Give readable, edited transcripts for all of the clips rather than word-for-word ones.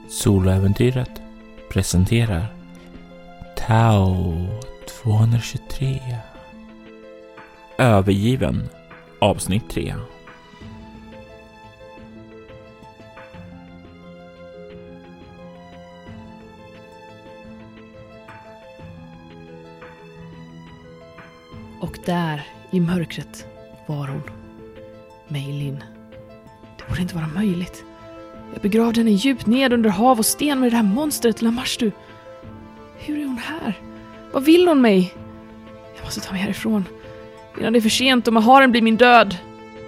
Soloäventyret presenterar Tau 223 Övergiven avsnitt 3. Och där i mörkret var hon, Mei Lin. Det borde inte vara möjligt. Jag begravde henne djupt ned under hav och sten med det här monstret, Lamashtu. Hur är hon här? Vad vill hon mig? Jag måste ta mig härifrån innan det är för sent och Maharen blir min död.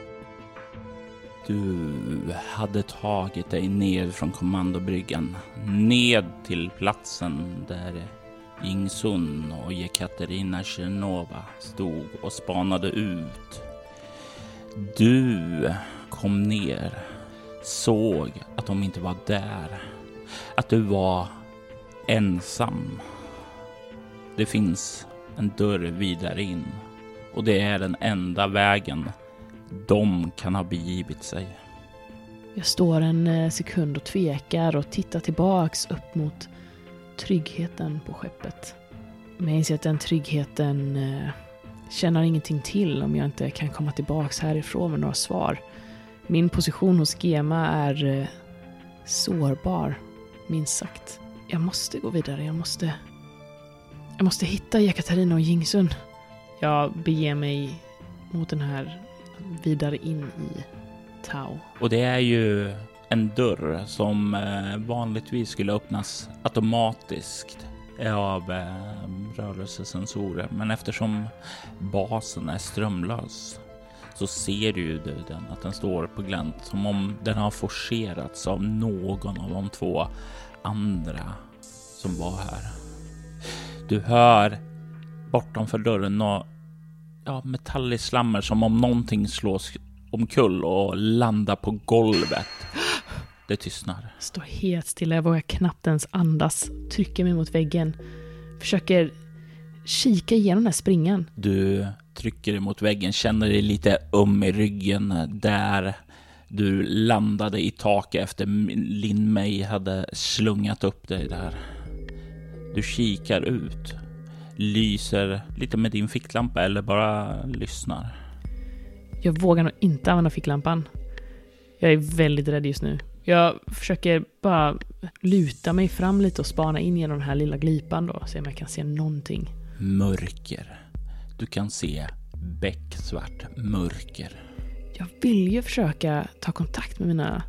Du hade tagit dig ned från kommandobryggan, ned till platsen där Yingsun och Ekaterina Chernova stod och spanade ut. Du kom ner, såg att de inte var där, att du var ensam. Det finns en dörr vidare in och det är den enda vägen de kan ha begivit sig. Jag står en sekund och tvekar och tittar tillbaks upp mot tryggheten på skeppet. Men jag inser att den tryggheten känner ingenting till om jag inte kan komma tillbaks härifrån med några svar. Min position hos Gema är sårbar, minst sagt. Jag måste gå vidare, jag måste hitta Ekaterina och Yingsun. Jag beger mig mot den här vidare in i Tau. Och det är ju en dörr som vanligtvis skulle öppnas automatiskt av rörelsesensorer. Men eftersom basen är strömlös så ser du den att den står på glänt, som om den har forcerats av någon av de två andra som var här. Du hör bortanför dörren något metalliskt slammer, som om någonting slås omkull och landar på golvet. Det tystnar. Jag står helt stilla, jag vågar knappt ens andas. Trycker mig mot väggen. Försöker kika igenom den här springan. Du trycker dig mot väggen, känner dig lite i ryggen där du landade i taket efter Lin Mei hade slungat upp dig där. Du kikar ut, lyser lite med din ficklampa eller bara lyssnar. Jag vågar nog inte använda ficklampan. Jag är väldigt rädd just nu. Jag försöker bara luta mig fram lite och spana in genom den här lilla glipan då. Se om jag kan se någonting. Mörker. Du kan se becksvart mörker. Jag vill ju försöka ta kontakt med mina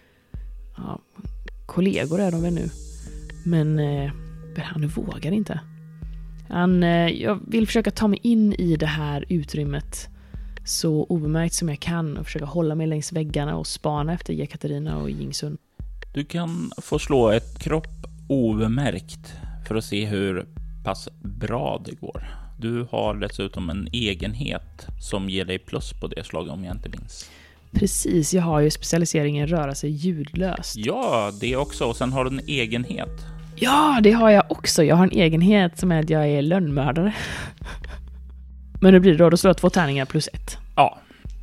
kollegor är de väl nu. Men han vågar inte. Jag vill försöka ta mig in i det här utrymmet så obemärkt som jag kan och försöka hålla mig längs väggarna och spana efter Ekaterina och Yingsun. Du kan få slå ett kropp obemärkt för att se hur pass bra det går. Du har dessutom en egenhet som ger dig plus på det slaget om jag inte minns. Precis, jag har ju specialiseringen röra sig ljudlöst. Ja, det också. Och sen har du en egenhet. Ja, det har jag också. Jag har en egenhet som är att jag är lönnmördare. Men nu blir det då slår jag 2 tärningar plus 1. Ja.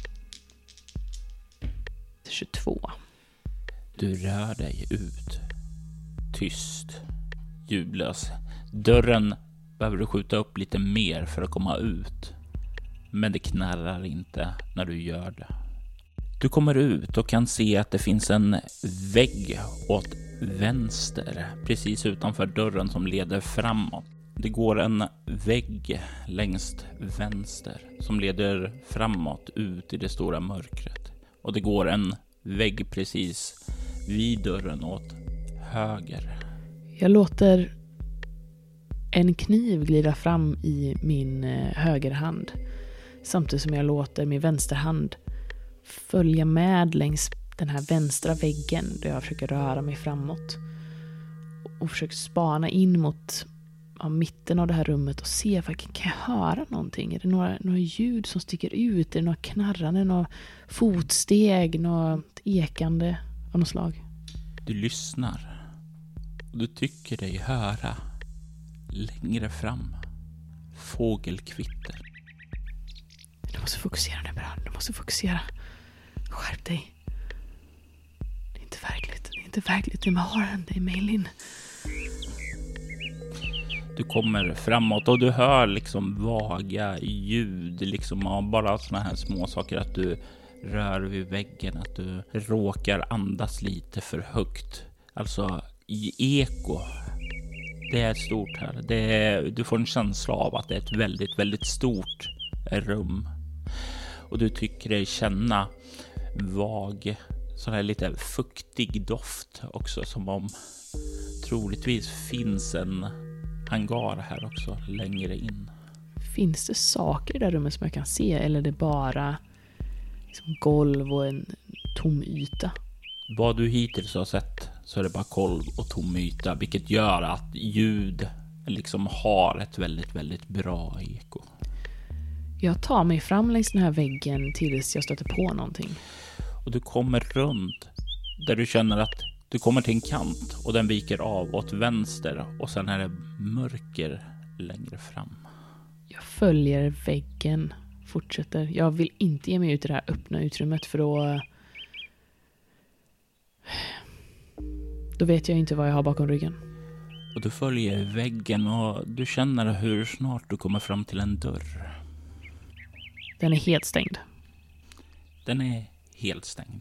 22. Du rör dig ut. Tyst. Ljudlös. Dörren behöver du skjuta upp lite mer för att komma ut. Men det knarrar inte när du gör det. Du kommer ut och kan se att det finns en vägg åt vänster precis utanför dörren som leder framåt. Det går en vägg längst vänster som leder framåt ut i det stora mörkret. Och det går en vägg precis vid dörren åt höger. Jag låter en kniv glida fram i min högerhand. Samtidigt som jag låter min vänsterhand följa med längs den här vänstra väggen där jag försöker röra mig framåt. Och försöker spana in mot mitten av det här rummet och se om kan jag höra någonting. Är det några ljud som sticker ut? Är det några knarrande, några fotsteg, något ekande av något slag? Du lyssnar och du tycker dig höra längre fram fågelkvitter. Du måste fokusera nu, Bran. Du måste fokusera. Skärp dig. Det är inte inte verkligt det med haren, det är Meilin. Du kommer framåt och du hör liksom vaga ljud, liksom bara såna här små saker, att du rör vid väggen, att du råkar andas lite för högt. Alltså i eko. Det är stort här. Du får en känsla av att det är ett väldigt, väldigt stort rum. Och du tycker dig känna vag, sån här lite fuktig doft också, som om troligtvis finns en hangar här också längre in. Finns det saker i det rummet som jag kan se, eller är det bara liksom golv och en tom yta? Vad du hittills har sett så är det bara golv och tom yta, vilket gör att ljud liksom har ett väldigt, väldigt bra eko. Jag tar mig fram längs den här väggen tills jag stöter på någonting. Och du kommer runt där du känner att du kommer till en kant och den viker av åt vänster och sen är det mörker längre fram. Jag följer väggen, fortsätter. Jag vill inte ge mig ut i det här öppna utrymmet, för då vet jag inte vad jag har bakom ryggen. Och du följer väggen och du känner hur snart du kommer fram till en dörr. Den är helt stängd. Den är helt stängd.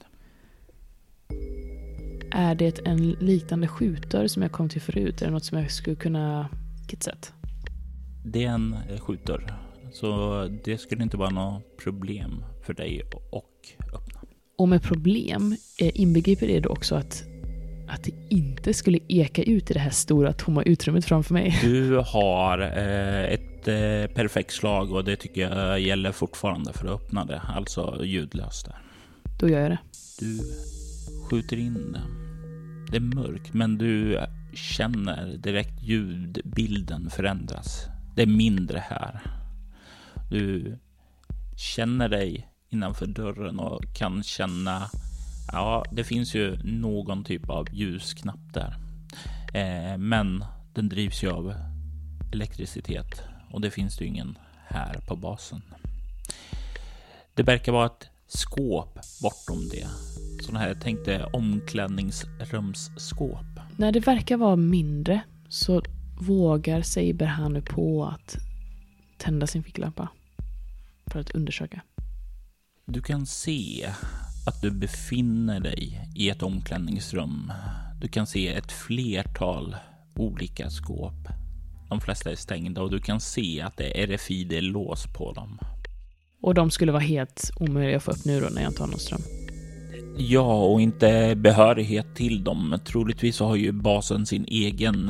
Är det en liknande skjutdörr som jag kom till förut? Är det något som jag skulle kunna... Vilket sätt? Det är en skjutdörr. Så det skulle inte vara något problem för dig att öppna. Och med problem inbegriper det då också att det inte skulle eka ut i det här stora tomma utrymmet framför mig. Du har ett perfekt slag och det tycker jag gäller fortfarande för att öppna det. Alltså ljudlöst där. Då gör jag det. Du skjuter in det. Det är mörkt, men du känner direkt ljudbilden förändras. Det är mindre här. Du känner dig innanför dörren och kan känna, ja, det finns ju någon typ av ljusknapp där. Men den drivs ju av elektricitet och det finns ju ingen här på basen. Det verkar vara ett skåp bortom det. Sådana här, jag tänkte omklädningsrumsskåp. När det verkar vara mindre så vågar sig Berhanu på att tända sin ficklampa för att undersöka. Du kan se att du befinner dig i ett omklädningsrum. Du kan se ett flertal olika skåp. De flesta är stängda och du kan se att det är RFID-lås på dem. Och de skulle vara helt omöjliga att få upp nu då när jag inte har någon ström. Ja, och inte behörighet till dem. Troligtvis så har ju basen sin egen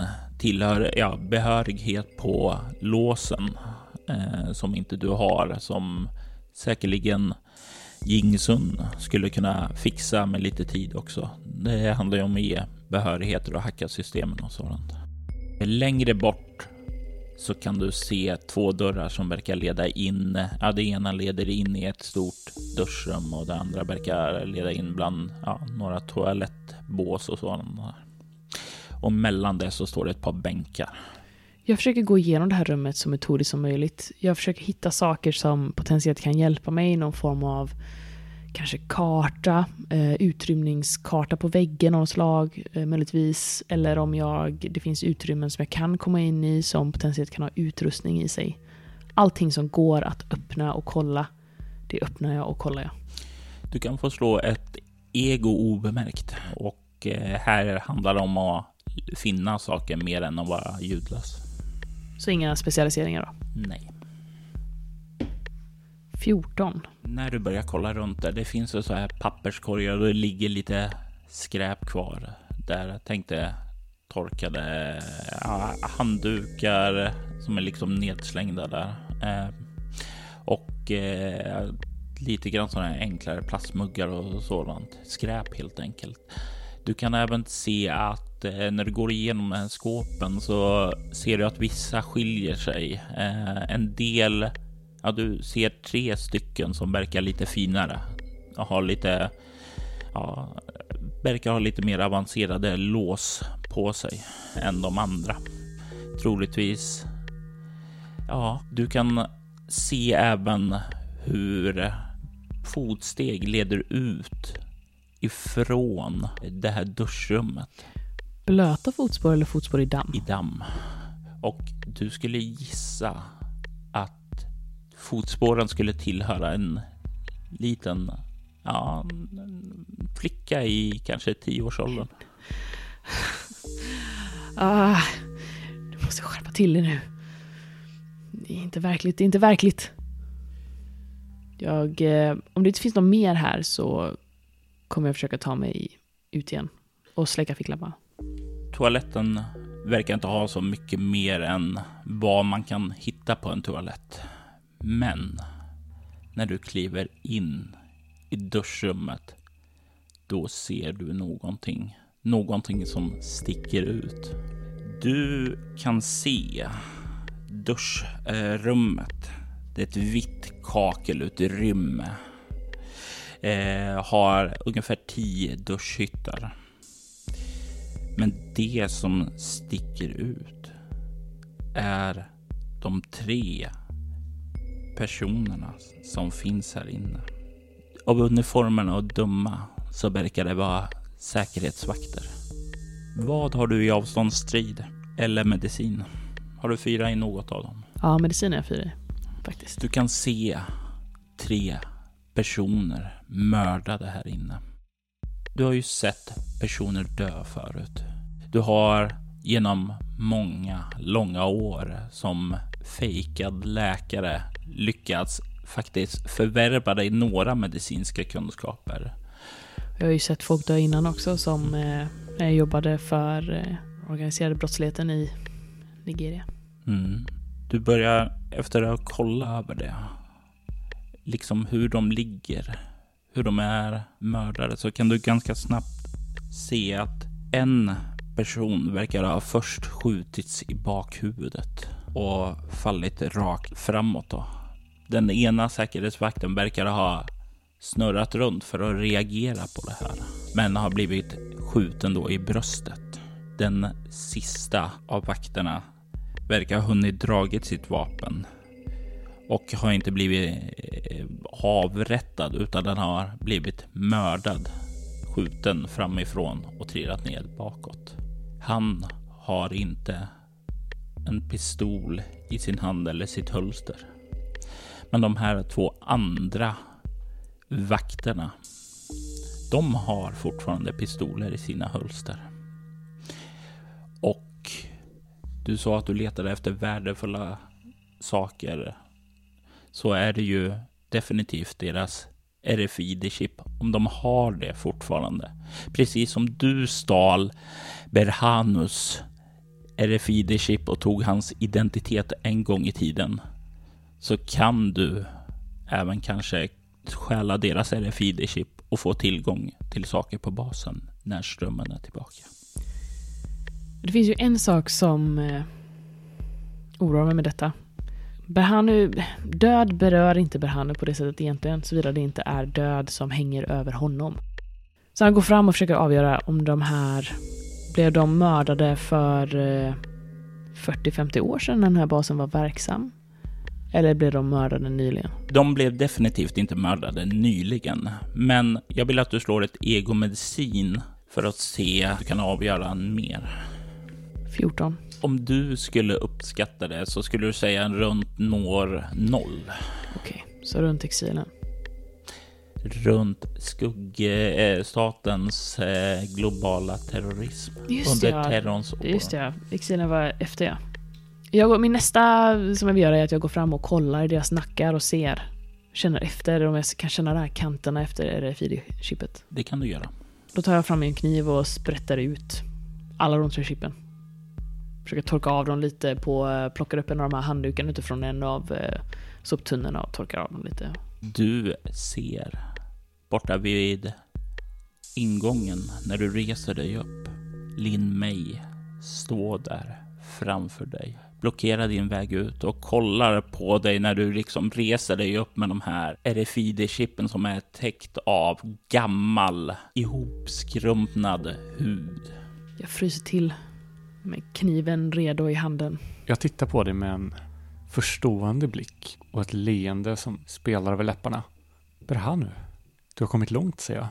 behörighet på låsen som inte du har, som säkerligen Jingsun skulle kunna fixa med lite tid också. Det handlar ju om att ge behörigheter och hacka systemen och sådant. Längre bort så kan du se två dörrar som verkar leda in. Ja, det ena leder in i ett stort duschrum och det andra verkar leda in bland några toalettbås och sådant. Och mellan det så står det ett par bänkar. Jag försöker gå igenom det här rummet så metodiskt som möjligt. Jag försöker hitta saker som potentiellt kan hjälpa mig. Någon form av kanske karta, utrymningskarta på väggen av något slag möjligtvis. Eller om det finns utrymmen som jag kan komma in i som potentiellt kan ha utrustning i sig. Allting som går att öppna och kolla, det öppnar jag och kollar jag. Du kan få slå ett ego obemärkt. Och här handlar det om att finna saker mer än att vara ljudlös. Så inga specialiseringar då? Nej. 14. När du börjar kolla runt där, det finns så här papperskorgar och det ligger lite skräp kvar. Där jag tänkte torkade handdukar som är liksom nedslängda där. Och lite grann sådana här enklare plastmuggar och sådant. Skräp helt enkelt. Du kan även se att när du går igenom den här skåpen så ser du att vissa skiljer sig. En del, du ser 3 stycken som verkar lite finare och har lite, verkar ha lite mer avancerade lås på sig än de andra. Troligtvis, du kan se även hur fotsteg leder ut ifrån det här duschrummet. Blöta fotspår eller fotspår i damm? I damm. Och du skulle gissa att fotspåren skulle tillhöra en liten en flicka i kanske 10-årsåldern. Du måste skärpa till dig nu. Det är inte verkligt. Om det inte finns något mer här så kommer jag försöka ta mig ut igen och släcka ficklampan. Toaletten verkar inte ha så mycket mer än vad man kan hitta på en toalett. Men när du kliver in i duschrummet, då ser du någonting som sticker ut. Du kan se duschrummet. Det är ett vitt kakelutrymme. Har ungefär 10 duschhyttar. Men det som sticker ut är de 3 personerna som finns här inne. Av uniformerna att döma så verkar det vara säkerhetsvakter. Vad har du i avståndsstrid eller medicin? Har du 4 i något av dem? Ja, medicin är jag 4 i, faktiskt. Du kan se 3 personer mördade här inne. Du har ju sett personer dö förut. Du har genom många, långa år som fejkad läkare lyckats faktiskt förvärva dig några medicinska kunskaper. Jag har ju sett folk dö innan också som när jag jobbade för organiserade brottsligheten i Nigeria. Du börjar efter att kolla över det, liksom hur de ligger, hur de är mördade, så kan du ganska snabbt se att en person verkar ha först skjutits i bakhuvudet och fallit rakt framåt då. Den ena säkerhetsvakten verkar ha snurrat runt för att reagera på det här, men har blivit skjuten då i bröstet. Den sista av vakterna verkar ha hunnit dragit sitt vapen och har inte blivit avrättad, utan den har blivit mördad, skjuten framifrån och trillat ned bakåt. Han har inte en pistol i sin hand eller sitt hölster. Men de här 2 andra vakterna, de har fortfarande pistoler i sina hölster. Och du sa att du letade efter värdefulla saker. Så är det ju definitivt deras RFID-chip, om de har det fortfarande. Precis som du stal Berhanus RFID-chip och tog hans identitet en gång i tiden, så kan du även kanske stjäla deras RFID-chip och få tillgång till saker på basen när strömmen är tillbaka. Det finns ju en sak som oroar mig med detta. Död berör inte Berhanu på det sättet egentligen, såvida det inte är död som hänger över honom. Så han går fram och försöker avgöra om de här blev de mördade för 40-50 år sedan när den här basen var verksam, eller blev de mördade nyligen? De blev definitivt inte mördade nyligen, men jag vill att du slår ett egomedicin för att se att du kan avgöra mer. 14. Om du skulle uppskatta det så skulle du säga runt når 0. Okej, så runt exilen. Runt skuggstatens globala terrorism. Just under terrorns år. Just det, exilen var efter min nästa som jag vill göra är att jag går fram och kollar i deras nackar och känner efter om jag kan känna de här kanterna efter RFID-chippet. Det kan du göra. Då tar jag fram en kniv och sprättar ut alla de 3 chippen. Försöker torka av dem lite plockar upp en av de här handdukarna utifrån en av soptunnorna och torkar av dem lite. Du ser borta vid ingången när du reser dig upp Lin May stå där framför dig, blockerar din väg ut och kollar på dig när du liksom reser dig upp med de här RFID-chippen som är täckt av gammal ihopskrumpnad hud. Jag fryser till med kniven redo i handen. Jag tittar på dig med en förstående blick och ett leende som spelar över läpparna. Berhanu, du har kommit långt, säger jag.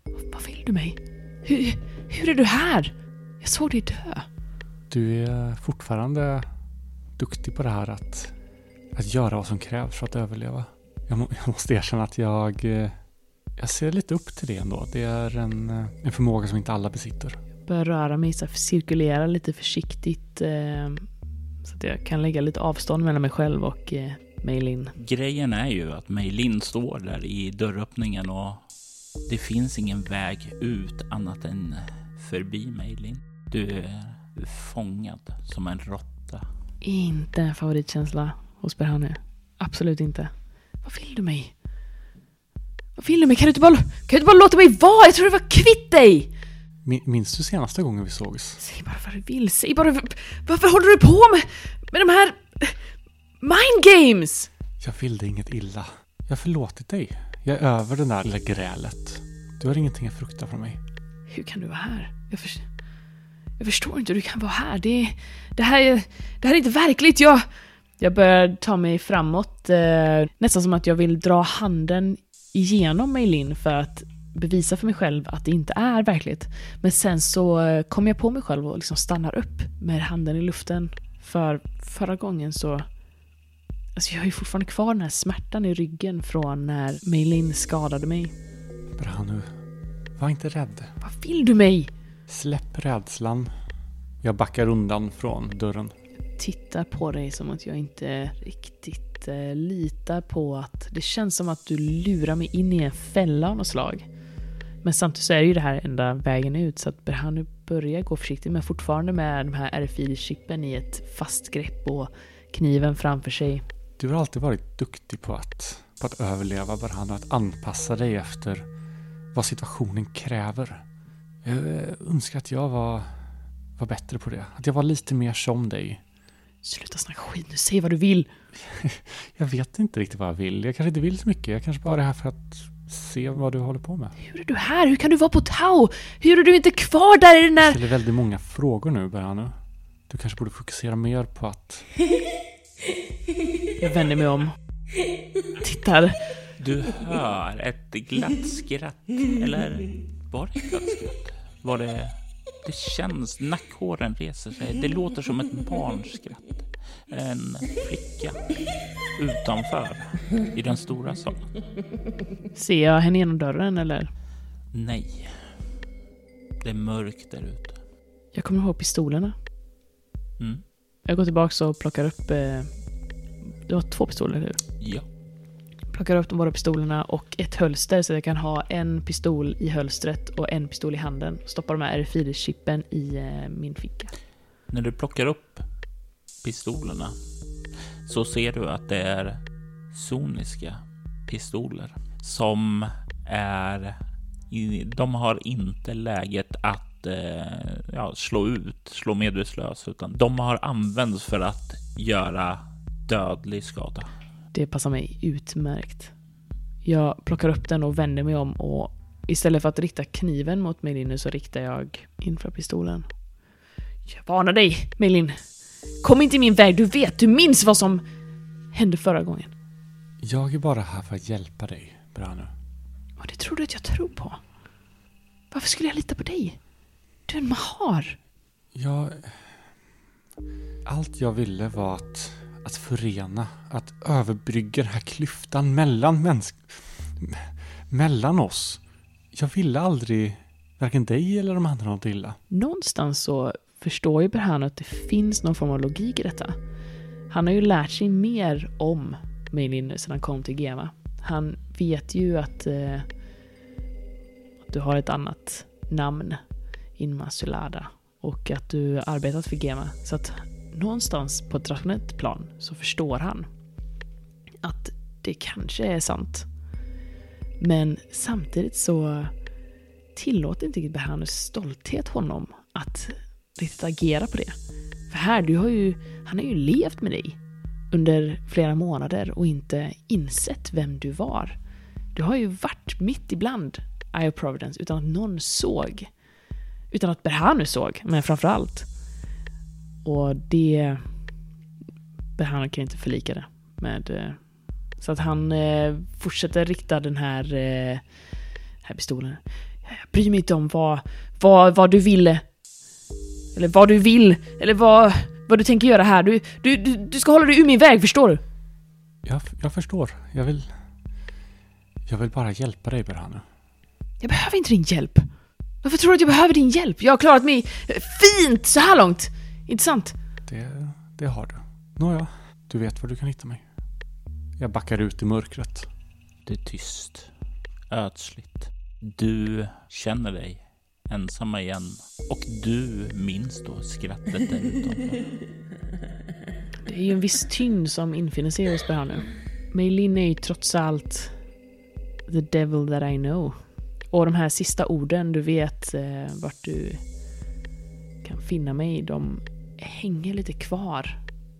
Vad vill du mig? Hur är du här? Jag såg dig dö. Du är fortfarande duktig på det här att göra vad som krävs för att överleva. Jag måste erkänna att jag ser lite upp till det ändå. Det är en förmåga som inte alla besitter. Jag börjar röra mig, så cirkulera lite försiktigt så att jag kan lägga lite avstånd mellan mig själv och Meilin. Grejen är ju att Meilin står där i dörröppningen och det finns ingen väg ut annat än förbi Meilin. Du är fångad som en råtta. Inte en favoritkänsla hos Berhanu. Absolut inte. Vad vill du mig? Vad vill du mig? Kan du inte bara låta mig vara? Jag tror du var kvitt dig! Minns du senaste gången vi sågs? Säg bara vad du vill. Säg bara varför håller du på med de här mind games? Jag vill dig inget illa. Jag har förlåtit dig. Jag är över den där lilla grälet. Du har ingenting att frukta från mig. Hur kan du vara här? Jag förstår inte hur du kan vara här. Det här är inte verkligt. Jag börjar ta mig framåt. Nästan som att jag vill dra handen igenom Meilin för att bevisa för mig själv att det inte är verkligt. Men sen så kommer jag på mig själv och liksom stannar upp med handen i luften. För förra gången så... Alltså jag har ju fortfarande kvar den här smärtan i ryggen från när Meilin skadade mig. Berhanu, var inte rädd. Vad vill du mig? Släpp rädslan. Jag backar undan från dörren. Jag tittar på dig som att jag inte riktigt litar på att... Det känns som att du lurar mig in i en fälla av något slag. Men samtidigt så är det ju det här enda vägen ut, så att Berhanu börjar gå försiktigt men fortfarande med de här RFID-chippen i ett fast grepp och kniven framför sig. Du har alltid varit duktig på att överleva, Berhanu, att anpassa dig efter vad situationen kräver. Jag önskar att jag var bättre på det. Att jag var lite mer som dig. Sluta snacka skit nu, säg vad du vill. Jag vet inte riktigt vad jag vill. Jag kanske inte vill så mycket. Jag kanske bara är här för att se vad du håller på med. Hur är du här? Hur kan du vara på Tau? Hur är du inte kvar där i den där... Jag ställer väldigt många frågor nu, Berhanu. Du kanske borde fokusera mer på att... Jag vänder mig om. Tittar. Du hör ett glatt skratt. Eller var det ett glatt skratt? Var det... Det känns, nackhåren reser sig. Det låter som ett barnskratt. En flicka utanför i den stora salen. Ser jag henne genom dörren eller? Nej. Det är mörkt där ute. Jag kommer ihåg pistolerna. Mm. Jag går tillbaka och plockar upp... Det var 2 pistoler, eller hur? Ja. Plockar upp de båda pistolerna och ett hölster så jag kan ha en pistol i hölstret och en pistol i handen. Stoppar de här RFID-chippen i min ficka. När du plockar upp pistolerna så ser du att det är soniska pistoler som är... De har inte läget att slå medvetslös, utan de har använts för att göra dödlig skada. Det passar mig utmärkt. Jag plockar upp den och vänder mig om och istället för att rikta kniven mot Meilin nu så riktar jag inför pistolen. Jag varnar dig, Meilin. Kom inte i min väg, du minns vad som hände förra gången. Jag är bara här för att hjälpa dig, Berhanu. Och det tror du att jag tror på? Varför skulle jag lita på dig? Du är en mahar. Allt jag ville var att förena, att överbrygga den här klyftan mellan oss. Jag ville aldrig varken dig eller de andra något illa. Någonstans så förstår ju Berhanu att det finns någon form av logik i detta. Han har ju lärt sig mer om Meilin sedan han kom till Gema. Han vet ju att du har ett annat namn, Inmasulada, och att du arbetat för Gema. Så att någonstans på ett rationellt plan så förstår han att det kanske är sant. Men samtidigt så tillåter inte Berhanus stolthet honom att riktigt agera på det. För här, han har ju levt med dig under flera månader och inte insett vem du var. Du har ju varit mitt ibland Eye of Providence utan att någon såg. Utan att Berhanu såg, men framförallt. Och det... Berhanu kan inte förlika det med... Så att han fortsätter rikta den här pistolen. Jag bryr mig inte om vad du ville. Eller vad du vill. Eller vad du tänker göra här. Du ska hålla dig ur min väg, förstår du? Jag förstår. Jag vill bara hjälpa dig, Berhanu. Jag behöver inte din hjälp. Varför tror du att jag behöver din hjälp? Jag har klarat mig fint så här långt. Inte sant? Det har du. Nåja, du vet var du kan hitta mig. Jag backar ut i mörkret. Det är tyst. Ödsligt. Du känner dig ensam igen. Och du minns då skrattet där utanför. Det är ju en viss tyngd som infinner sig hos Berhanu. Meilin är ju trots allt the devil that I know. Och de här sista orden, du vet vart du kan finna mig, de hänger lite kvar.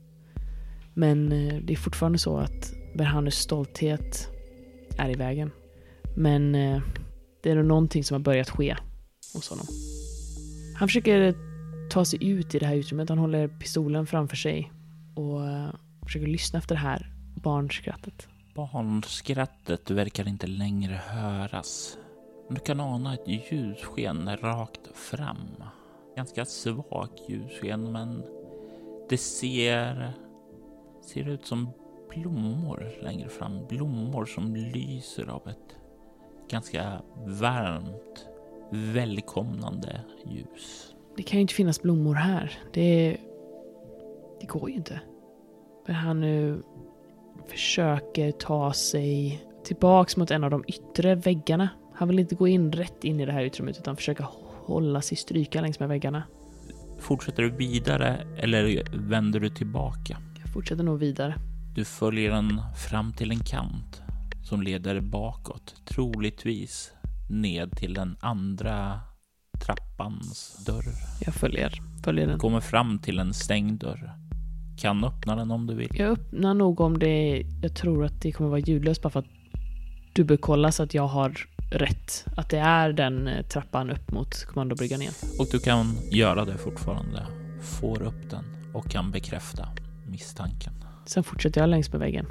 Men det är fortfarande så att Berhanus stolthet är i vägen. Men det är nog någonting som har börjat ske hos honom. Han försöker ta sig ut i det här utrymmet. Han håller pistolen framför sig och försöker lyssna efter det här barnskrattet. Barnskrattet verkar inte längre höras. Du kan ana ett ljussken rakt fram. Ganska svagt ljussken, men det ser ut som blommor längre fram. Blommor som lyser av ett ganska varmt, välkomnande ljus. Det kan ju inte finnas blommor här. Det går ju inte. Men han nu försöker ta sig tillbaks mot en av de yttre väggarna. Han vill inte gå in rätt in i det här utrymmet utan försöka hålla sig stryka längs med väggarna. Fortsätter du vidare eller vänder du tillbaka? Jag fortsätter nog vidare. Du följer den fram till en kant som leder bakåt, troligtvis ned till den andra trappans dörr. Jag följer den. Du kommer fram till en stängd dörr. Kan öppna den om du vill. Jag öppnar nog om det. Jag tror att det kommer vara ljudlöst bara för att dubbelkolla så att jag har rätt. Att det är den trappan upp mot kommandobryggan igen. Och du kan göra det fortfarande. Får upp den och kan bekräfta misstanken. Sen fortsätter jag längs med väggen.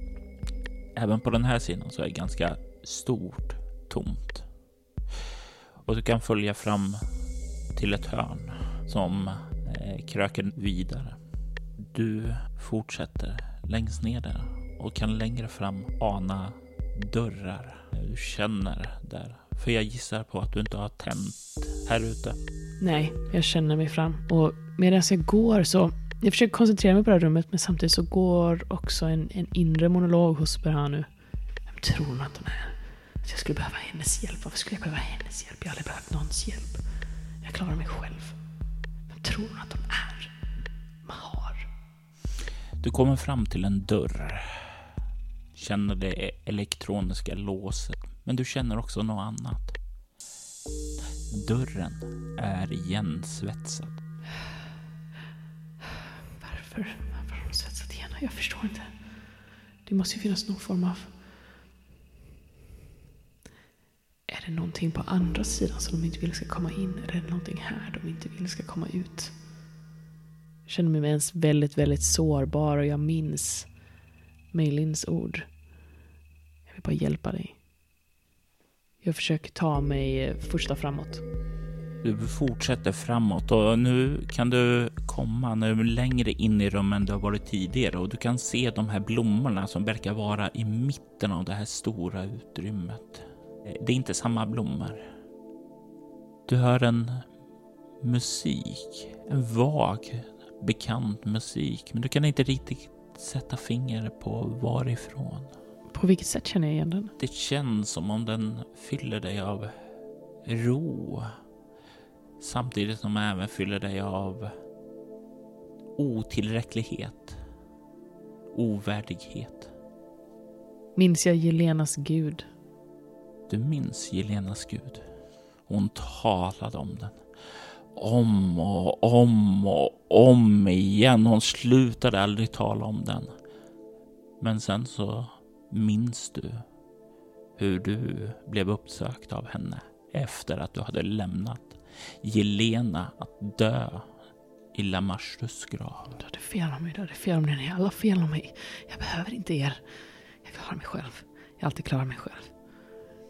Även på den här sidan så är det ganska stort, tomt. Och du kan följa fram till ett hörn som kröker vidare. Du fortsätter längst ner där och kan längre fram ana dörrar. Du känner där. För jag gissar på att du inte har tänt här ute. Nej, jag känner mig fram. Och medan jag går så... Jag försöker koncentrera mig på det här rummet, men samtidigt så går också en inre monolog hos Berhanu. Vem tror hon att hon är? Att jag skulle behöva hennes hjälp. Varför skulle jag behöva hennes hjälp? Jag har aldrig behövt någons hjälp. Jag klarar mig själv. Vem tror hon att de är? Mahar. Du kommer fram till en dörr. Känner det elektroniska låset. Men du känner också något annat. Dörren är igensvetsad. Varför har de svetsat igen? Jag förstår inte. Det måste ju finnas någon form av... Är det någonting på andra sidan som de inte vill ska komma in? Eller är det någonting här de inte vill ska komma ut? Jag känner mig ens väldigt, väldigt sårbar och jag minns Meilins ord. Jag vill bara hjälpa dig. Jag försöker ta mig första framåt. Du fortsätter framåt och nu kan du komma längre in i rummen än du har varit tidigare och du kan se de här blommorna som verkar vara i mitten av det här stora utrymmet. Det är inte samma blommor. Du hör en musik, en vag, bekant musik, men du kan inte riktigt sätta fingret på varifrån. På vilket sätt känner jag igen den? Det känns som om den fyller dig av ro. Samtidigt som den även fyller dig av otillräcklighet. Ovärdighet. Minns jag Jelenas gud? Du minns Jelenas gud. Hon talade om den. Om och om och om igen. Hon slutade aldrig tala om den. Men sen så minns du hur du blev uppsökt av henne efter att du hade lämnat Jelena att dö i Lamashtus grav. Det är fel om mig, det är fel om mig. Alla fel om mig. Jag behöver inte er. Jag klarar mig själv. Jag alltid klarar mig själv.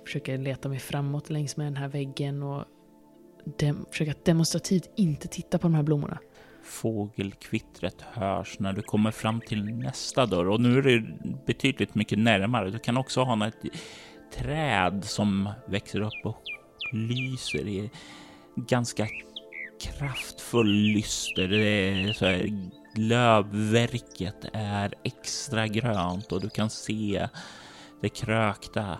försöker leta mig framåt längs med den här väggen och försöka demonstrativt inte titta på de här blommorna. Fågelkvittret hörs när du kommer fram till nästa dörr och nu är det betydligt mycket närmare. Du kan också ha ett träd som växer upp och lyser i ganska kraftfull lyster. Det är så här, lövverket är extra grönt och du kan se det krökta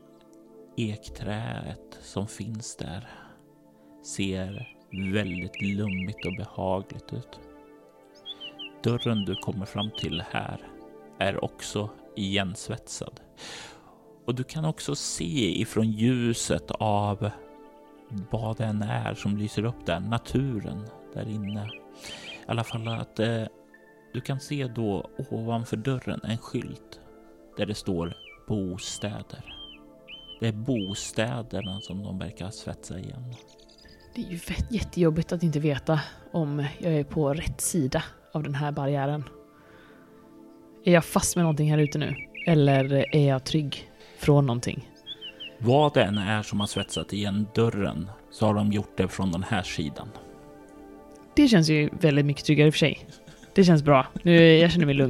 ekträet som finns där. Ser väldigt lummigt och behagligt ut. Dörren du kommer fram till här är också igensvetsad. Och du kan också se ifrån ljuset av vad den är som lyser upp där, naturen där inne. I alla fall att du kan se då ovanför dörren en skylt där det står bostäder. Det är bostäderna som de verkar svetsa igen. Det är ju jättejobbigt att inte veta om jag är på rätt sida av den här barriären. Är jag fast med någonting här ute nu? Eller är jag trygg från någonting? Vad det än är som har svetsat igen dörren så har de gjort det från den här sidan. Det känns ju väldigt mycket tryggare för sig. Det känns bra. Jag känner mig lugn.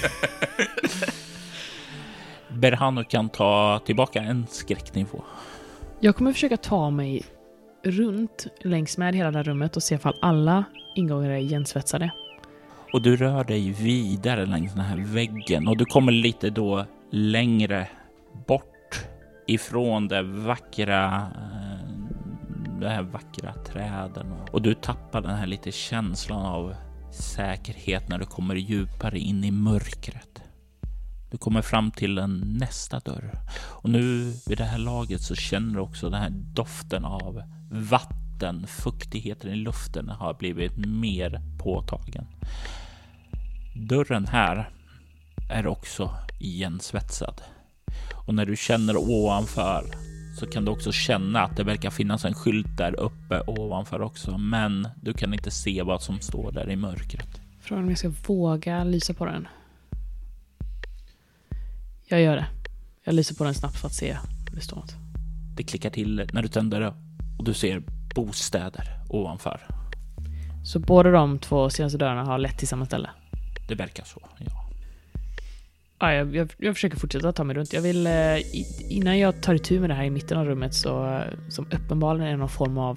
Berhanu kan ta tillbaka en skräcknivå. Jag kommer försöka ta mig runt längs med hela det här rummet och se ifall alla ingångar är igensvetsade. Och du rör dig vidare längs den här väggen och du kommer lite då längre bort ifrån det här vackra träden. Och du tappar den här lite känslan av säkerhet när du kommer djupare in i mörkret. Du kommer fram till en nästa dörr. Och nu vid det här laget så känner du också den här doften av vatten. Fuktigheten i luften har blivit mer påtagen. Dörren här är också igensvetsad. Och när du känner ovanför så kan du också känna att det verkar finnas en skylt där uppe ovanför också. Men du kan inte se vad som står där i mörkret. Frågan om jag ska våga lysa på den. Jag gör det. Jag lyser på den snabbt för att se om det står något. Det klickar till när du tänder det och du ser bostäder ovanför. Så båda de två senaste dörrarna har lett till samma ställe? Det verkar så, ja. Ja, jag försöker fortsätta ta mig runt. Jag vill, innan jag tar itu med det här i mitten av rummet så, som uppenbarligen är någon form av...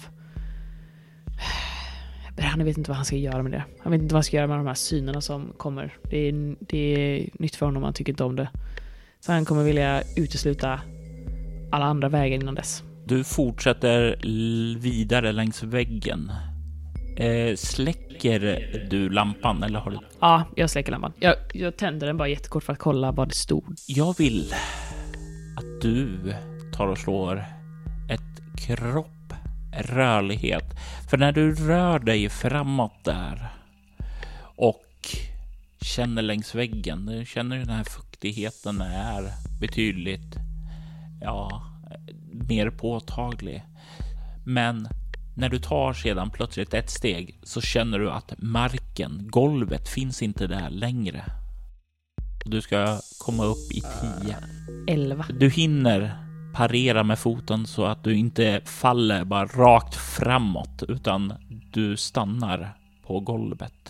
Han vet inte vad han ska göra med det. Han vet inte vad han ska göra med de här synerna som kommer. Det är nytt för honom, han tycker inte om det. Så han kommer vilja utesluta alla andra vägar innan dess. Du fortsätter vidare längs väggen. Släcker du lampan eller har du... Ja, jag släcker lampan. Jag tänder den bara jättekort för att kolla vad det stod. Jag vill att du tar och slår ett rörlighet. För när du rör dig framåt där och känner längs väggen, du känner den här fuktigheten är betydligt mer påtaglig. Men när du tar sedan plötsligt ett steg så känner du att marken, golvet finns inte där längre. Du ska komma upp i 10. 11. Du hinner parera med foten så att du inte faller bara rakt framåt utan du stannar på golvet.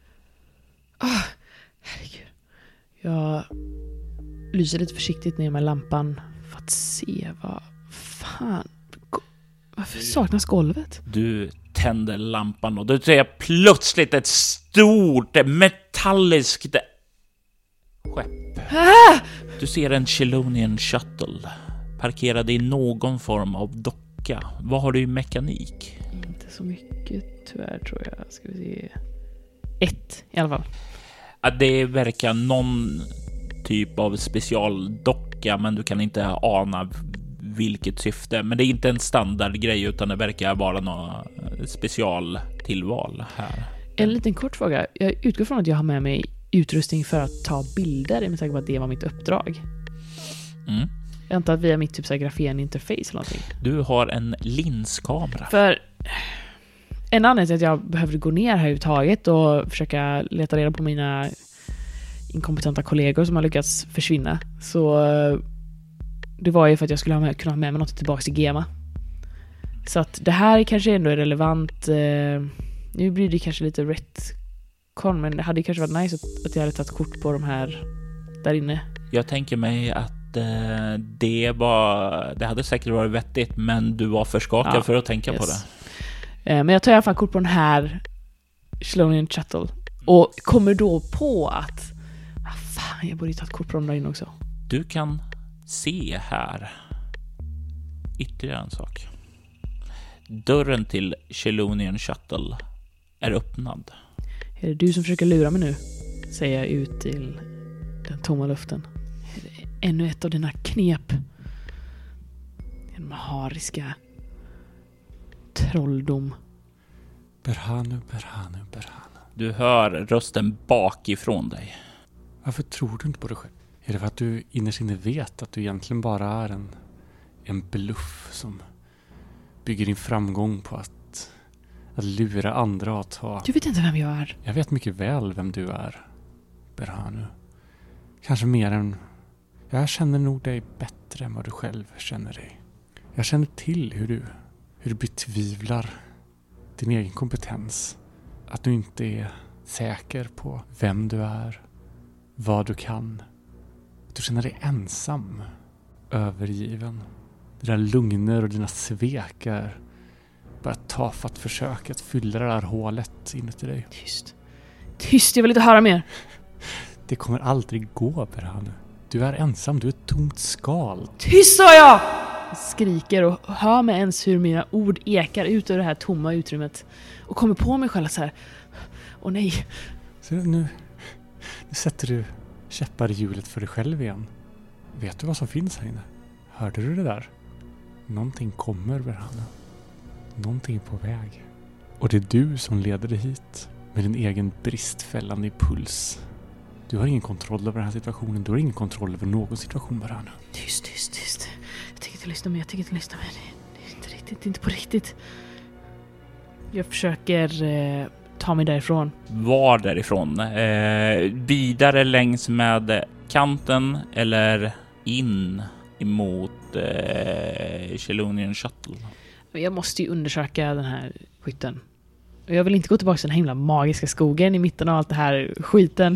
Herregud. Jag lyser lite försiktigt ner med lampan för att se vad fan. Varför saknas golvet? Du tänder lampan och du ser plötsligt ett stort metalliskt skepp. Du ser en Chelonian Shuttle parkerad i någon form av docka. Vad har du i mekanik? Inte så mycket tyvärr tror jag. Ska vi se. 1 i alla fall. Det verkar någon typ av specialdocka, men du kan inte ana vilket syfte. Men det är inte en standardgrej utan det verkar vara något specialtillval här. En liten kort fråga. Jag utgår från att jag har med mig utrustning för att ta bilder med tanke på att det var mitt uppdrag. Mm. Jag antar att vi har mitt typ så här grafeninterface eller någonting. Du har en linskamera. För en anledning till att jag behövde gå ner här överhuvudtaget och försöka leta reda på mina inkompetenta kollegor som har lyckats försvinna. Så det var ju för att jag skulle kunna ha med mig något tillbaka till Gema. Så att det här kanske ändå är relevant. Nu blir det kanske lite retcon, men det hade kanske varit nice att jag hade tagit kort på de här där inne. Jag tänker mig att det hade säkert varit vettigt, men du var för skakad för att tänka på det. Men jag tar i alla fall kort på den här Shelonian Shuttle och kommer då på att fan, jag borde ju tagit kort på dem där inne också. Du kan se här ytterligare en sak. Dörren till Shelonian Shuttle är öppnad. Är det du som försöker lura mig nu? Säger jag ut till den tomma luften. Är det ännu ett av dina knep? Den mahariska trolldom. Berhanu. Du hör rösten bakifrån dig. Varför tror du inte på dig själv? Är det för att du innerst inne vet att du egentligen bara är en bluff som bygger din framgång på att lura andra att ha... Du vet inte vem jag är. Jag vet mycket väl vem du är, Berhanu. Kanske mer än... Jag känner nog dig bättre än vad du själv känner dig. Jag känner till hur du betvivlar din egen kompetens. Att du inte är säker på vem du är, vad du kan. Att du känner dig ensam, övergiven. Dina lugner och dina svek är bara ett tafatt försök att fylla det där hålet inuti dig. Tyst, jag vill inte höra mer. Det kommer aldrig gå, Berhanu. Du är ensam, du är ett tomt skal. Tyst, sa jag! Jag skriker och hör mig ens hur mina ord ekar ut ur det här tomma utrymmet. Och kommer på mig själv så här. Åh nej. Så nu sätter du käppar i hjulet för dig själv igen. Vet du vad som finns här inne? Hörde du det där? Någonting kommer, Berhanu. Någonting är på väg. Och det är du som leder dig hit med din egen bristfällande impuls. Du har ingen kontroll över den här situationen. Du har ingen kontroll över någon situation, Berhanu. Tyst. Jag tänker inte lyssna mer. Det är inte riktigt, det är inte på riktigt. Jag försöker ta mig därifrån. Var därifrån? Vidare längs med kanten eller in emot Shelonian Shuttle? Jag måste ju undersöka den här skytten. Och jag vill inte gå tillbaka till den himla magiska skogen i mitten av allt det här skiten.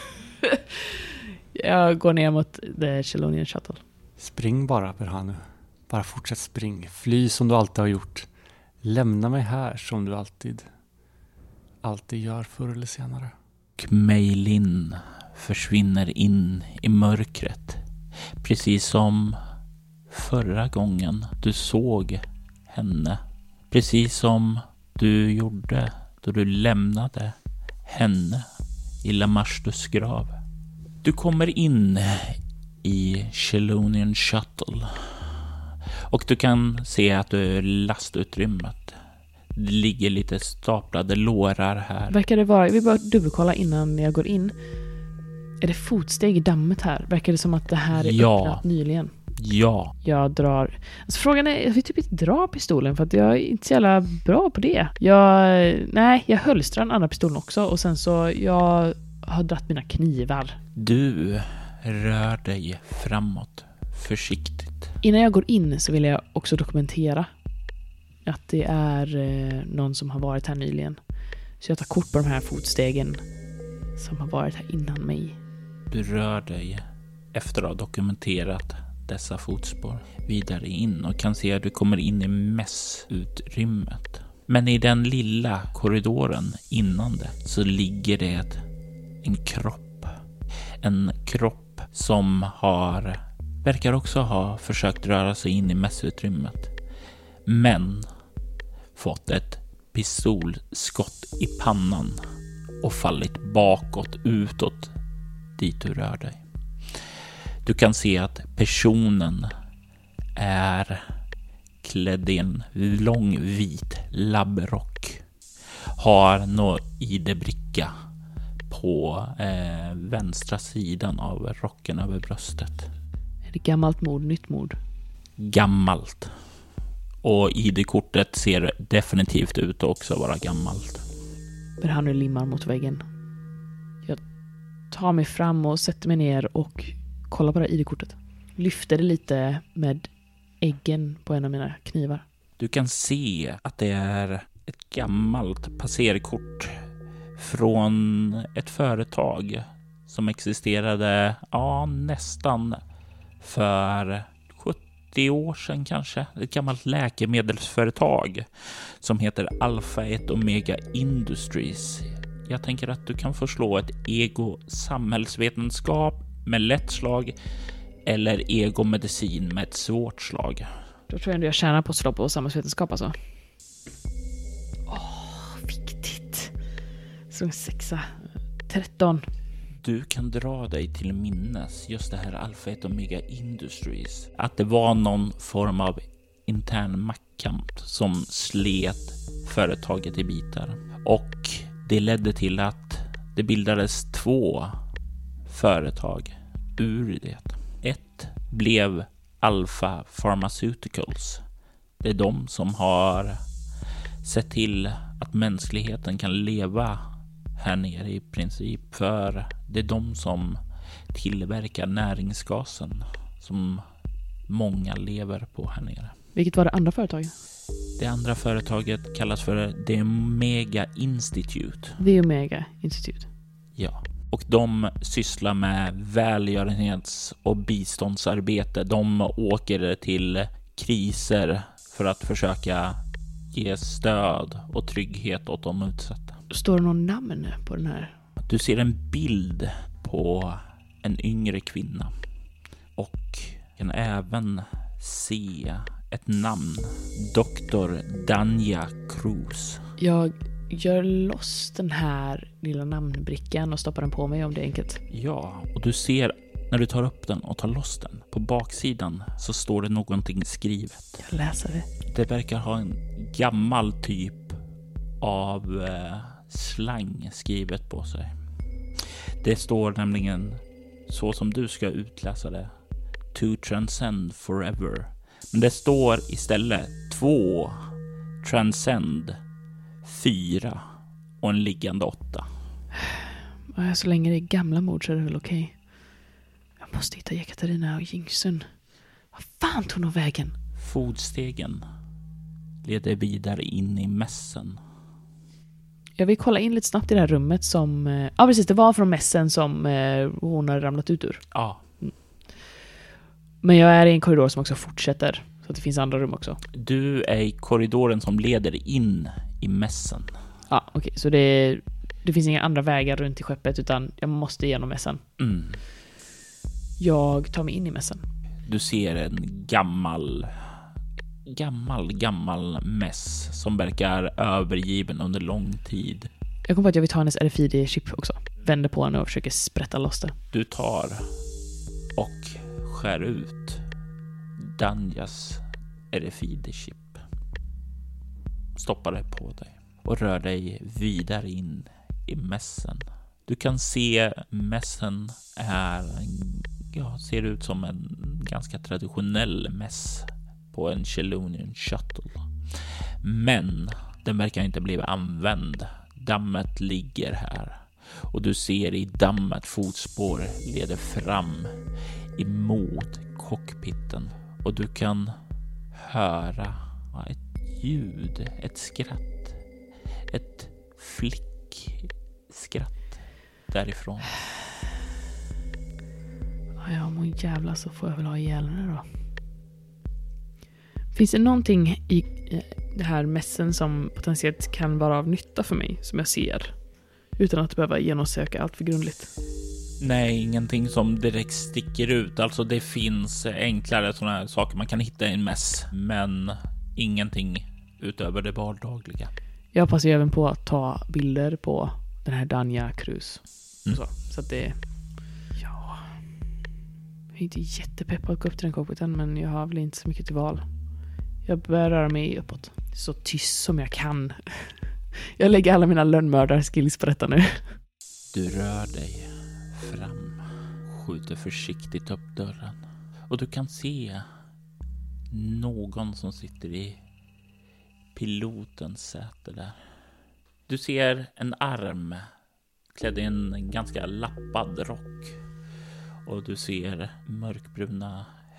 Jag går ner mot The Shelonian Shuttle. Spring bara, Berhanu. Bara fortsätt spring. Fly som du alltid har gjort. Lämna mig här som du alltid gör förr eller senare. Kmeilin försvinner in i mörkret. Precis som förra gången du såg henne. Precis som du gjorde då du lämnade henne i Lamashtus grav. Du kommer in i Shelonian Shuttle och du kan se att du är lastutrymmet. Det ligger lite staplade lårar här. Verkar det vara, jag vill bara dubbelkolla innan jag går in. Är det fotsteg i dammet här? Verkar det som att det här är öppnat nyligen? Ja. Jag drar... Alltså frågan är, jag vill typ inte dra pistolen för att jag är inte så jävla bra på det. Jag hölstrar den andra pistolen också och sen så jag har dratt mina knivar. Du rör dig framåt försiktigt. Innan jag går in så vill jag också dokumentera att det är någon som har varit här nyligen. Så jag tar kort på de här fotstegen som har varit här innan mig. Du rör dig efter att ha dokumenterat dessa fotspår vidare in och kan se att du kommer in i mässutrymmet. Men i den lilla korridoren innan det så ligger det en kropp. En kropp som verkar också ha försökt röra sig in i mässutrymmet. Men fått ett pistolskott i pannan och fallit bakåt, utåt, dit du rör dig. Du kan se att personen är klädd i en lång vit labbrock. Har någon ID-bricka på vänstra sidan av rocken över bröstet. Är det gammalt mord, nytt mord? Gammalt. Och ID-kortet ser definitivt ut att också vara gammalt. Berhanu limmar mot väggen. Jag tar mig fram och sätter mig ner och kollar på det här ID-kortet. lyfter det lite med äggen på en av mina knivar. Du kan se att det är ett gammalt passerkort från ett företag som existerade nästan för 70 år sedan kanske. Ett gammalt läkemedelsföretag som heter Alpha 1 Omega Industries. Jag tänker att du kan få slå ett ego samhällsvetenskap med lätt slag eller ego medicin med ett svårt slag. Då tror jag ändå jag tjänar på att slå på samhällsvetenskap alltså. Viktigt. Så en 6. 13. Du kan dra dig till minnes just det här Alpha 1 Omega Industries. Att det var någon form av intern maktkamp som slet företaget i bitar. Och det ledde till att det bildades 2 företag ur det. Ett blev Alpha Pharmaceuticals. Det är de som har sett till att mänskligheten kan leva här nere i princip, för det är de som tillverkar näringsgasen som många lever på här nere. Vilket var det andra företaget? Det andra företaget kallas för The Omega Institute. The Omega Institute. Ja, och de sysslar med välgörenhets- och biståndsarbete. De åker till kriser för att försöka ge stöd och trygghet åt de utsatta. Står det någon namn på den här? Du ser en bild på en yngre kvinna och kan även se ett namn. Dr. Danja Cruz. Jag gör loss den här lilla namnbrickan och stoppar den på mig om det är enkelt. Ja, och du ser när du tar upp den och tar loss den. På baksidan så står det någonting skrivet. Jag läser det. Det verkar ha en gammal typ av slang skrivet på sig. Det står nämligen så som du ska utläsa det. To transcend forever. Men det står istället 2, transcend, 4 och en liggande 8. Så länge det är gamla mord så är det väl okej. Jag måste hitta Jekaterina och Jingsun. Vad fan tog de vägen? Fotstegen leder vidare in i mässen. Jag vill kolla in lite snabbt i det här rummet som... Ja, precis. Det var från mässen som hon har ramlat ut ur. Ja. Men jag är i en korridor som också fortsätter. Så att det finns andra rum också. Du är i korridoren som leder in i mässen. Ja, okej. Så det finns inga andra vägar runt i skeppet utan jag måste igenom mässen. Mm. Jag tar mig in i mässen. Du ser en gammal mäss som verkar övergiven under lång tid. Jag kommer på att jag vill ta hennes RFID-chip också. Vänder på henne och försöker sprätta loss det. Du tar och skär ut Danjas RFID-chip. Stoppar det på dig och rör dig vidare in i mässen. Du kan se mässen ser ut som en ganska traditionell mäss på en Chelonian Shuttle. Men den verkar inte bli använd. Dammet ligger här. Och du ser i dammet fotspår leder fram emot cockpiten. Och du kan höra ett ljud, ett skratt. Ett flickskratt därifrån. Ja, må jävla så får jag väl ha ihjäl henne då. Finns det någonting i det här mässen som potentiellt kan vara av nytta för mig som jag ser? Utan att behöva genomsöka allt för grundligt. Nej, ingenting som direkt sticker ut. Alltså det finns enklare sådana här saker man kan hitta i en mäss. Men ingenting utöver det vardagliga. Jag passar ju även på att ta bilder på den här Danja Cruz. Så att det... Ja... Jag är inte jättepepp att gå upp till den cockpiten, men jag har väl inte så mycket till val. Jag börjar röra mig uppåt. Så tyst som jag kan. Jag lägger alla mina lönnmördar-skills på detta nu. Du rör dig fram. Skjuter försiktigt upp dörren. Och du kan se någon som sitter i pilotens säte där. Du ser en arm klädd i en ganska lappad rock. Och du ser mörkbruna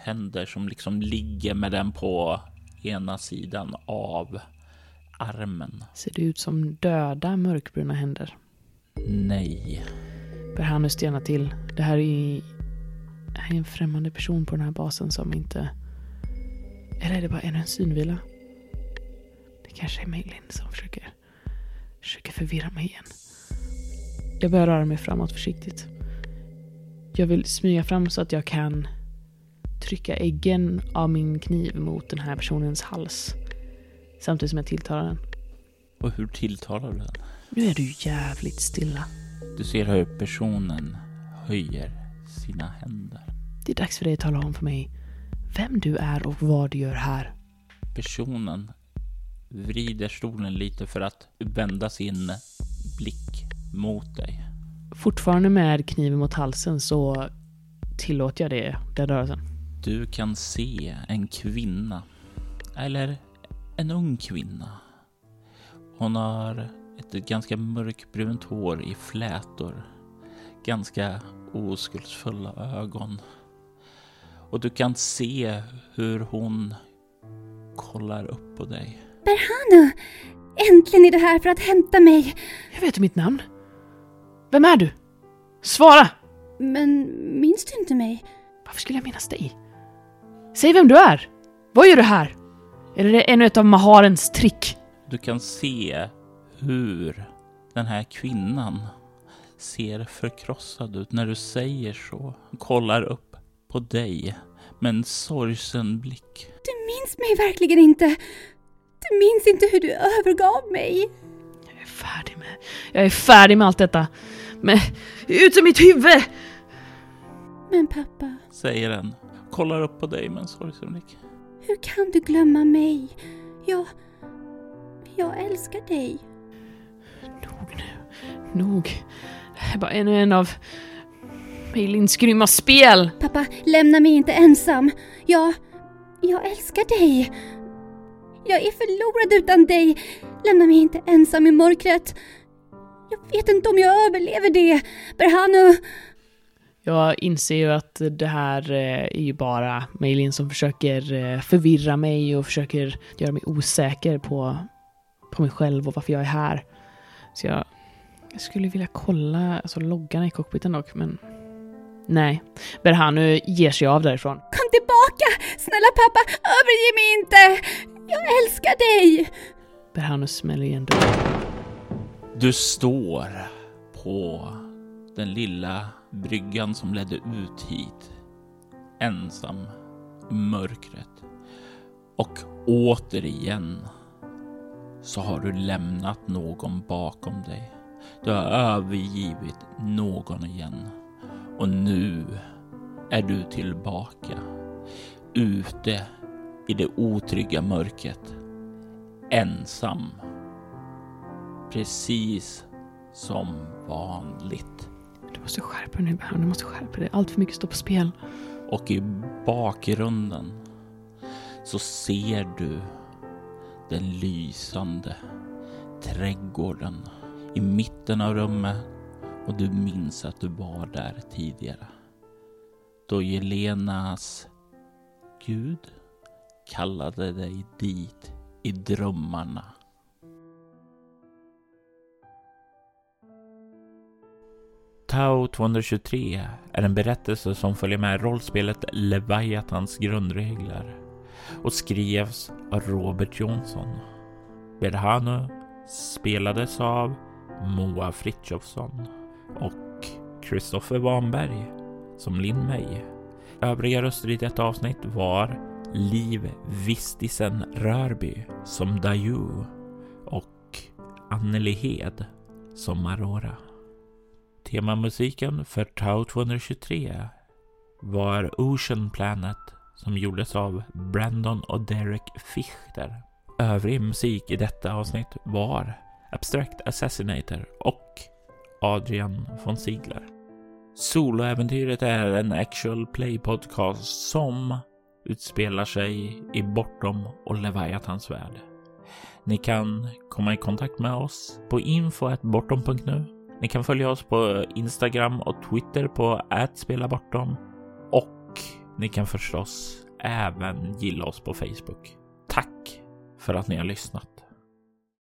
händer som liksom ligger med den på ena sidan av armen. Ser det ut som döda mörkbruna händer? Nej. Berhanu stelnar till. Det här är en främmande person på den här basen som inte... Eller är det bara en synvila? Det kanske är Meilin som försöker förvirra mig igen. Jag börjar röra mig framåt försiktigt. Jag vill smyga fram så att jag kan trycka äggen av min kniv mot den här personens hals. Samtidigt som jag tilltalar den. Och hur tilltalar du den? Nu är du jävligt stilla. Du ser hur personen höjer sina händer. Det är dags för dig att tala om för mig vem du är och vad du gör här. Personen vrider stolen lite för att vända sin blick mot dig. Fortfarande med kniven mot halsen så tillåter jag den rörelsen. Du kan se en kvinna, eller en ung kvinna. Hon har ett ganska mörkbrunt hår i flätor, ganska oskuldsfulla ögon. Och du kan se hur hon kollar upp på dig. Berhanu, äntligen är du här för att hämta mig. Jag vet mitt namn. Vem är du? Svara! Men minns du inte mig? Varför skulle jag minnas dig? Säg vem du är. Vad gör du här? Eller är det ännu ett av Maharens trick? Du kan se hur den här kvinnan ser förkrossad ut när du säger så. Hon kollar upp på dig med en sorgsen blick. Du minns mig verkligen inte. Du minns inte hur du övergav mig. Jag är färdig med allt detta. Men ut ur mitt huvud! Men pappa, Säger den. Kollar upp på dig med en sorgsen blick. hur kan du glömma mig? Jag älskar dig. Nog nu. Nog. Det är bara ännu en av Meilins grymma spel. Pappa, lämna mig inte ensam. Jag älskar dig. Jag är förlorad utan dig. Lämna mig inte ensam i mörkret. Jag vet inte om jag överlever det. Berhanu. Jag inser ju att det här är ju bara Meilin som försöker förvirra mig och försöker göra mig osäker på mig själv och varför jag är här. Så jag skulle vilja kolla loggarna i cockpiten dock, men nej. Berhanu ger sig av därifrån. Kom tillbaka! Snälla pappa, överge mig inte! Jag älskar dig! Berhanu smäller igen dörren. Du står på den lilla bryggan som ledde ut hit. Ensam i mörkret. Och återigen så har du lämnat någon bakom dig. Du har övergivit någon igen. Och nu är du tillbaka. Ute i det otrygga mörkret. Ensam. Precis som vanligt. Du måste skärpa dig nu, Berhanu. Du måste skärpa dig. Allt för mycket står på spel. Och i bakgrunden så ser du den lysande trädgården i mitten av rummet. Och du minns att du var där tidigare. Då Jelenas Gud kallade dig dit i drömmarna. Tau 223 är en berättelse som följer med rollspelet Leviathans grundregler och skrivs av Robert Jonsson. Berhanu spelades av Moa Frithiofsson och Kristoffer Wanberg som Linn May. Övriga röster i detta avsnitt var Liv Vistisen Rörby som Dayu och Anneli Hed som Aurora. Temamusiken för Tau 223 var Ocean Planet som gjordes av Brandon och Derek Fichter. Övrig musik i detta avsnitt var Abstract Assassinator och Adrian von Ziegler. Soloäventyret är en actual play podcast som utspelar sig i Bortom och Leviathans värld. Ni kan komma i kontakt med oss på info@bortom.nu. Ni kan följa oss på Instagram och Twitter på @spelabortom och Ni kan förstås även gilla oss på Facebook. Tack för att ni har lyssnat.